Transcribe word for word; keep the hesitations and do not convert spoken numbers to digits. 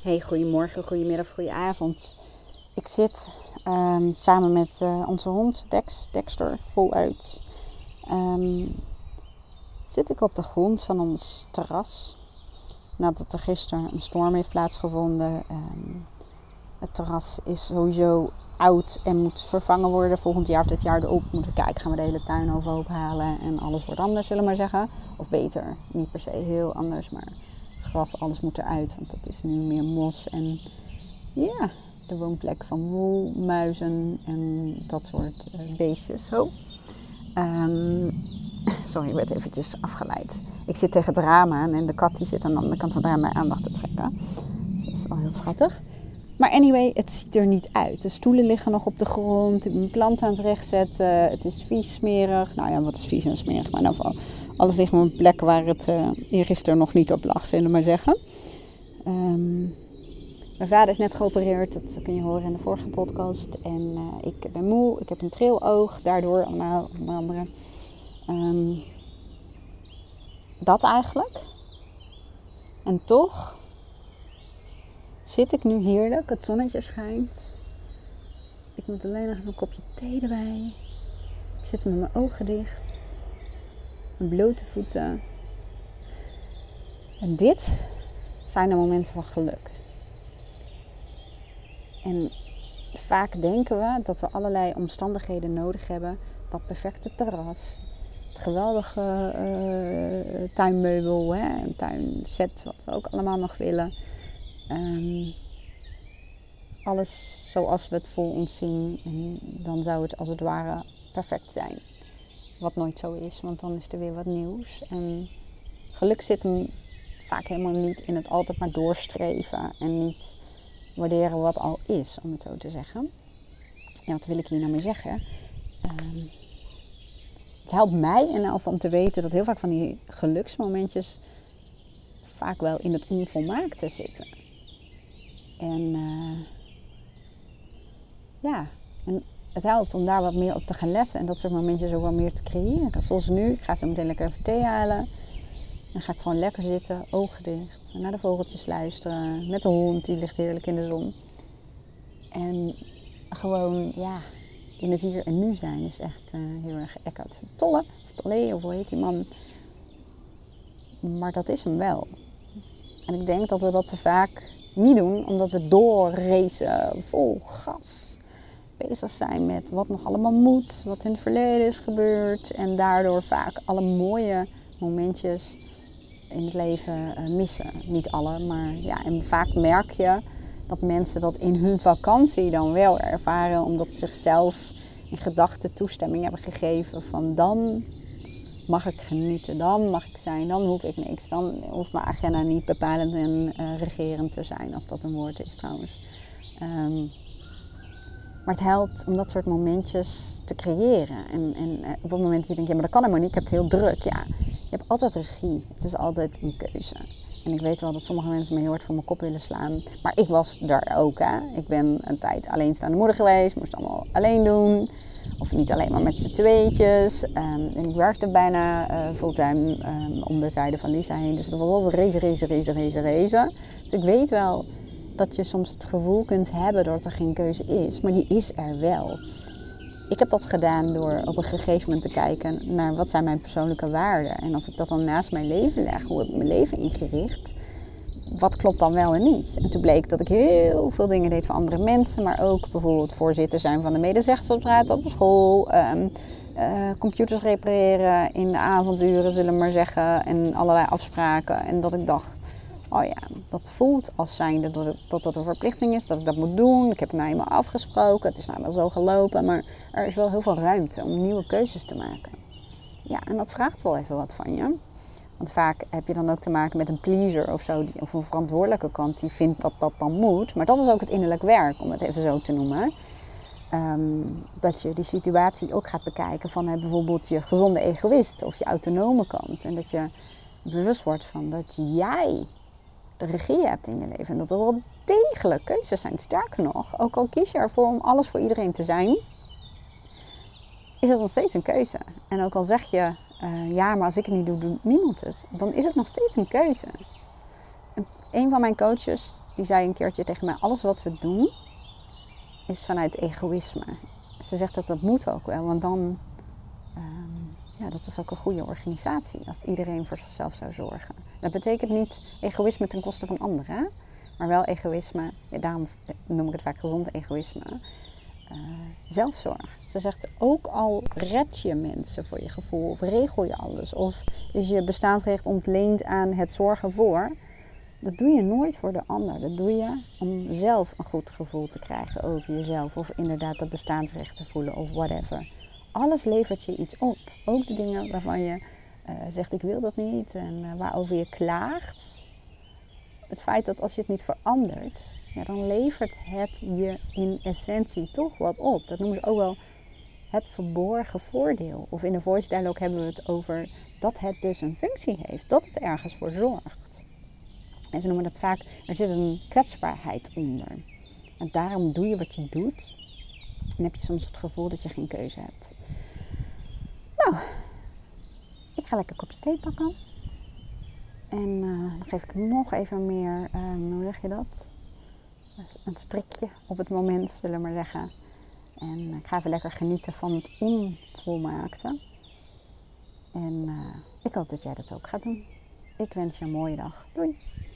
Hey, goedemorgen, goedemiddag, goedenavond. Ik zit um, samen met uh, onze hond Dex, Dexter, voluit. Um, zit ik op de grond van ons terras. Nadat er gisteren een storm heeft plaatsgevonden. Um, het terras is sowieso oud en moet vervangen worden. Volgend jaar of dit jaar erop moeten we kijken. Gaan we de hele tuin overhoop halen en alles wordt anders, zullen we maar zeggen. Of beter, niet per se heel anders, maar... gras, alles moet eruit, want dat is nu meer mos en ja, de woonplek van wol, muizen en dat soort uh, beestjes. Zo. Um, sorry, ik werd eventjes afgeleid. Ik zit tegen het raam aan en de kat die zit aan de andere kant van het raam mijn aandacht te trekken. Dus dat is wel heel schattig. Maar anyway, het ziet er niet uit. De stoelen liggen nog op de grond. Ik heb mijn plant aan het rechtzetten. Het is vies, smerig. Nou ja, wat is vies en smerig? Maar in ieder geval, alles ligt op een plek waar het uh, eergisteren nog niet op lag, zullen we maar zeggen. Um, mijn vader is net geopereerd. Dat kun je horen in de vorige podcast. En uh, ik ben moe. Ik heb een triloog. Daardoor, nou, onder andere. Um, dat eigenlijk. En toch... zit ik nu heerlijk, het zonnetje schijnt. Ik moet alleen nog een kopje thee erbij. Ik zit met mijn ogen dicht. Mijn blote voeten. En dit zijn de momenten van geluk. En vaak denken we dat we allerlei omstandigheden nodig hebben. Dat perfecte terras. Het geweldige uh, tuinmeubel, hè, een tuinset wat we ook allemaal nog willen. Um, alles zoals we het voor ons zien en dan zou het als het ware perfect zijn. Wat nooit zo is, want dan is er weer wat nieuws. En geluk zit hem vaak helemaal niet in het altijd maar doorstreven en niet waarderen wat al is, om het zo te zeggen. Ja, wat wil ik hier nou mee zeggen? Um, het helpt mij en elf om te weten dat heel vaak van die geluksmomentjes vaak wel in het onvolmaakte zitten. En uh, ja, en het helpt om daar wat meer op te gaan letten en dat soort momentjes ook wel meer te creëren. Zoals nu, ik ga zo meteen lekker even thee halen. Dan ga ik gewoon lekker zitten, ogen dicht, naar de vogeltjes luisteren. Met de hond, die ligt heerlijk in de zon. En gewoon, ja, in het hier en nu zijn is echt uh, heel erg Eckhart Tolle, of Tolle, of hoe heet die man. Maar dat is hem wel. En ik denk dat we dat te vaak niet doen, omdat we doorracen, vol gas, bezig zijn met wat nog allemaal moet, wat in het verleden is gebeurd. En daardoor vaak alle mooie momentjes in het leven uh, missen. Niet alle, maar ja, en vaak merk je dat mensen dat in hun vakantie dan wel ervaren, omdat ze zichzelf in gedachten toestemming hebben gegeven van dan mag ik genieten, dan mag ik zijn, dan hoef ik niks. Dan hoeft mijn agenda niet bepalend en uh, regerend te zijn, als dat een woord is trouwens. Um, maar het helpt om dat soort momentjes te creëren. En, en uh, op het moment dat je denkt, ja, maar dat kan helemaal niet, ik heb het heel druk. Ja, je hebt altijd regie. Het is altijd een keuze. En ik weet wel dat sommige mensen me heel hard voor mijn kop willen slaan. Maar ik was daar ook, hè. Ik ben een tijd alleenstaande moeder geweest, moest het allemaal alleen doen. Of niet alleen maar met z'n tweetjes. Um, en ik werkte bijna uh, fulltime um, om de tijden van Lisa heen. Dus dat was altijd race, race, race, race, race. Dus ik weet wel dat je soms het gevoel kunt hebben dat er geen keuze is. Maar die is er wel. Ik heb dat gedaan door op een gegeven moment te kijken naar wat zijn mijn persoonlijke waarden. En als ik dat dan naast mijn leven leg, hoe heb ik mijn leven ingericht, wat klopt dan wel en niet? En toen bleek dat ik heel veel dingen deed voor andere mensen, maar ook bijvoorbeeld voorzitter zijn van de medezeggenschapsraad op school, um, uh, computers repareren in de avonduren, zullen we maar zeggen, en allerlei afspraken. En dat ik dacht, oh ja, dat voelt als zijnde dat, het, dat dat een verplichting is, dat ik dat moet doen. Ik heb het nou eenmaal afgesproken, het is nou wel zo gelopen, maar er is wel heel veel ruimte om nieuwe keuzes te maken. Ja, en dat vraagt wel even wat van je. Want vaak heb je dan ook te maken met een pleaser of zo, of een verantwoordelijke kant die vindt dat dat dan moet. Maar dat is ook het innerlijk werk, om het even zo te noemen. Um, dat je die situatie ook gaat bekijken van uh, bijvoorbeeld je gezonde egoïst of je autonome kant. En dat je bewust wordt van dat jij de regie hebt in je leven. En dat er wel degelijk keuzes zijn. Sterker nog, ook al kies je ervoor om alles voor iedereen te zijn, is het nog steeds een keuze. En ook al zeg je, uh, ja, maar als ik het niet doe, doet niemand het. Dan is het nog steeds een keuze. En een van mijn coaches, die zei een keertje tegen mij, alles wat we doen is vanuit egoïsme. Ze zegt dat dat moet ook wel, want dan, um, ja, dat is ook een goede organisatie als iedereen voor zichzelf zou zorgen. Dat betekent niet egoïsme ten koste van anderen, hè? Maar wel egoïsme, ja, daarom noem ik het vaak gezond egoïsme, uh, zelfzorg. Ze zegt ook al red je mensen voor je gevoel of regel je alles of is je bestaansrecht ontleend aan het zorgen voor. Dat doe je nooit voor de ander. Dat doe je om zelf een goed gevoel te krijgen over jezelf. Of inderdaad dat bestaansrecht te voelen of whatever. Alles levert je iets op. Ook de dingen waarvan je uh, zegt ik wil dat niet. En uh, waarover je klaagt. Het feit dat als je het niet verandert. Ja, dan levert het je in essentie toch wat op. Dat noemen ze ook wel het verborgen voordeel. Of in de voice dialogue hebben we het over dat het dus een functie heeft. Dat het ergens voor zorgt. En ze noemen dat vaak, er zit een kwetsbaarheid onder. En daarom doe je wat je doet. En heb je soms het gevoel dat je geen keuze hebt. Nou, ik ga lekker een kopje thee pakken. En uh, dan geef ik nog even meer, uh, hoe zeg je dat? Een strikje op het moment, zullen we maar zeggen. En ik ga even lekker genieten van het onvolmaakte. En uh, ik hoop dat jij dat ook gaat doen. Ik wens je een mooie dag. Doei!